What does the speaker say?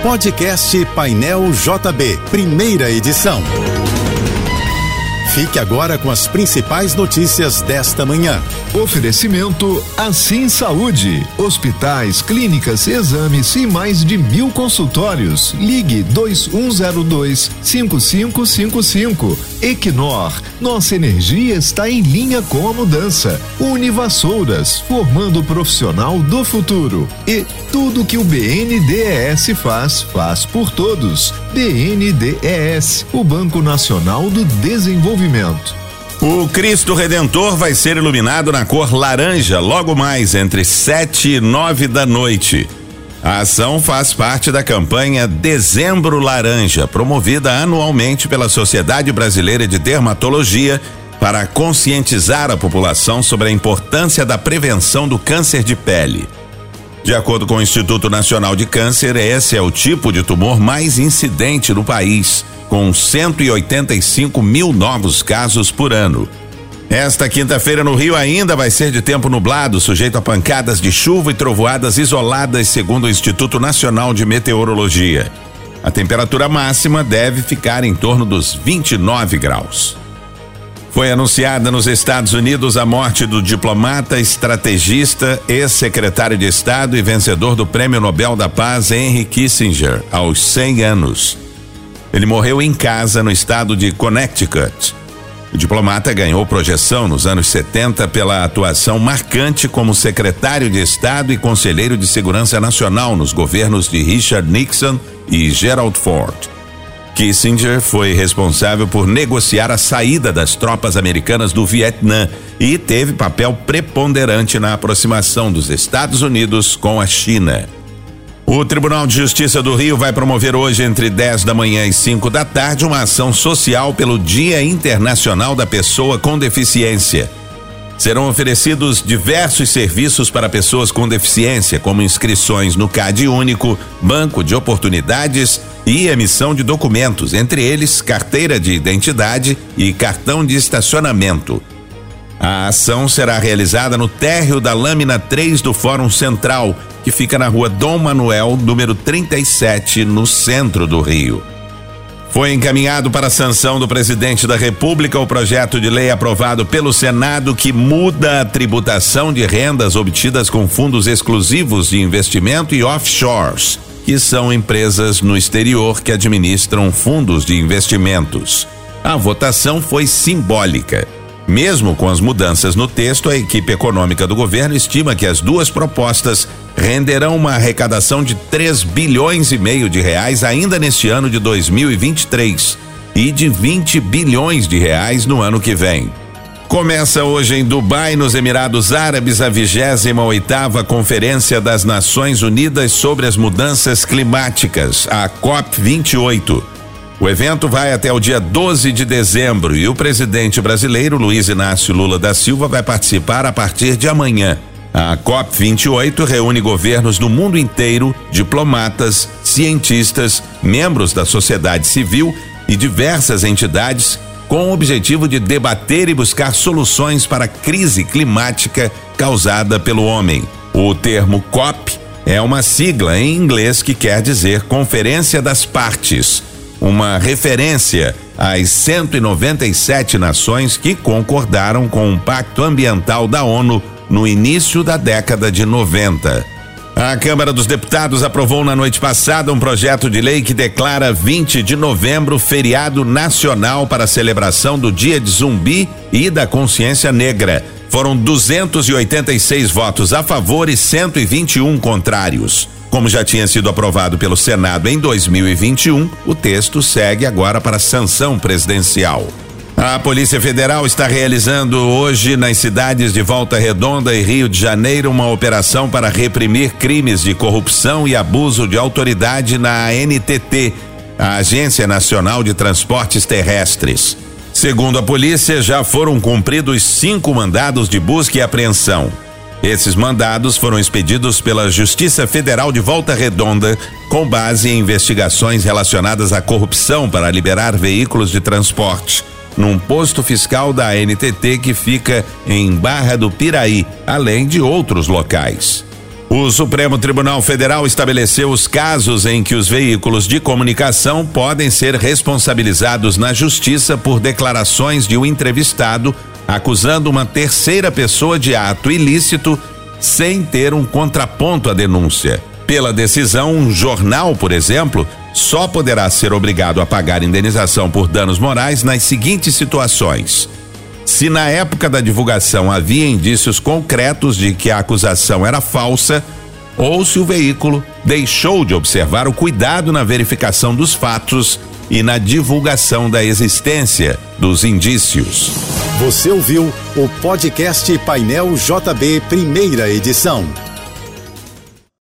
Podcast Painel JB, primeira edição. Fique agora com as principais notícias desta manhã. Oferecimento Assim Saúde, hospitais, clínicas, exames e mais de 1000 consultórios. Ligue 2102-5555. Equinor, nossa energia está em linha com a mudança. Univassouras, formando o profissional do futuro. E tudo que o BNDES faz por todos. BNDES, o Banco Nacional do Desenvolvimento. O Cristo Redentor vai ser iluminado na cor laranja logo mais entre 7 e 9 da noite. A ação faz parte da campanha Dezembro Laranja, promovida anualmente pela Sociedade Brasileira de Dermatologia para conscientizar a população sobre a importância da prevenção do câncer de pele. De acordo com o Instituto Nacional de Câncer, esse é o tipo de tumor mais incidente no país, com 185 mil novos casos por ano. Esta quinta-feira no Rio ainda vai ser de tempo nublado, sujeito a pancadas de chuva e trovoadas isoladas, segundo o Instituto Nacional de Meteorologia. A temperatura máxima deve ficar em torno dos 29 graus. Foi anunciada nos Estados Unidos a morte do diplomata, estrategista, ex-secretário de Estado e vencedor do Prêmio Nobel da Paz, Henry Kissinger, aos 100 anos. Ele morreu em casa no estado de Connecticut. O diplomata ganhou projeção nos anos 70 pela atuação marcante como secretário de Estado e conselheiro de Segurança Nacional nos governos de Richard Nixon e Gerald Ford. Kissinger foi responsável por negociar a saída das tropas americanas do Vietnã e teve papel preponderante na aproximação dos Estados Unidos com a China. O Tribunal de Justiça do Rio vai promover hoje, entre 10 da manhã e 5 da tarde, uma ação social pelo Dia Internacional da Pessoa com Deficiência. Serão oferecidos diversos serviços para pessoas com deficiência, como inscrições no CAD Único, banco de oportunidades e emissão de documentos, entre eles carteira de identidade e cartão de estacionamento. A ação será realizada no térreo da Lâmina 3 do Fórum Central, que fica na rua Dom Manuel, número 37, no centro do Rio. Foi encaminhado para a sanção do presidente da República o projeto de lei aprovado pelo Senado que muda a tributação de rendas obtidas com fundos exclusivos de investimento e offshores, que são empresas no exterior que administram fundos de investimentos. A votação foi simbólica. Mesmo com as mudanças no texto, a equipe econômica do governo estima que as duas propostas renderão uma arrecadação de 3 bilhões e meio de reais ainda neste ano de 2023 e de 20 bilhões de reais no ano que vem. Começa hoje em Dubai, nos Emirados Árabes, a 28ª Conferência das Nações Unidas sobre as Mudanças Climáticas, a COP28. O evento vai até o dia 12 de dezembro e o presidente brasileiro Luiz Inácio Lula da Silva vai participar a partir de amanhã. A COP28 reúne governos do mundo inteiro, diplomatas, cientistas, membros da sociedade civil e diversas entidades com o objetivo de debater e buscar soluções para a crise climática causada pelo homem. O termo COP é uma sigla em inglês que quer dizer Conferência das Partes, uma referência às 197 nações que concordaram com o Pacto Ambiental da ONU no início da década de 90. A Câmara dos Deputados aprovou na noite passada um projeto de lei que declara 20 de novembro feriado nacional para a celebração do Dia de Zumbi e da Consciência Negra. Foram 286 votos a favor e 121 contrários. Como já tinha sido aprovado pelo Senado em 2021, o texto segue agora para sanção presidencial. A Polícia Federal está realizando hoje nas cidades de Volta Redonda e Rio de Janeiro uma operação para reprimir crimes de corrupção e abuso de autoridade na ANTT, a Agência Nacional de Transportes Terrestres. Segundo a polícia, já foram cumpridos 5 mandados de busca e apreensão. Esses mandados foram expedidos pela Justiça Federal de Volta Redonda com base em investigações relacionadas à corrupção para liberar veículos de transporte num posto fiscal da ANTT que fica em Barra do Piraí, além de outros locais. O Supremo Tribunal Federal estabeleceu os casos em que os veículos de comunicação podem ser responsabilizados na justiça por declarações de um entrevistado acusando uma terceira pessoa de ato ilícito sem ter um contraponto à denúncia. Pela decisão, um jornal, por exemplo, só poderá ser obrigado a pagar indenização por danos morais nas seguintes situações: se na época da divulgação havia indícios concretos de que a acusação era falsa, ou se o veículo deixou de observar o cuidado na verificação dos fatos e na divulgação da existência dos indícios. Você ouviu o podcast Painel JB, primeira edição.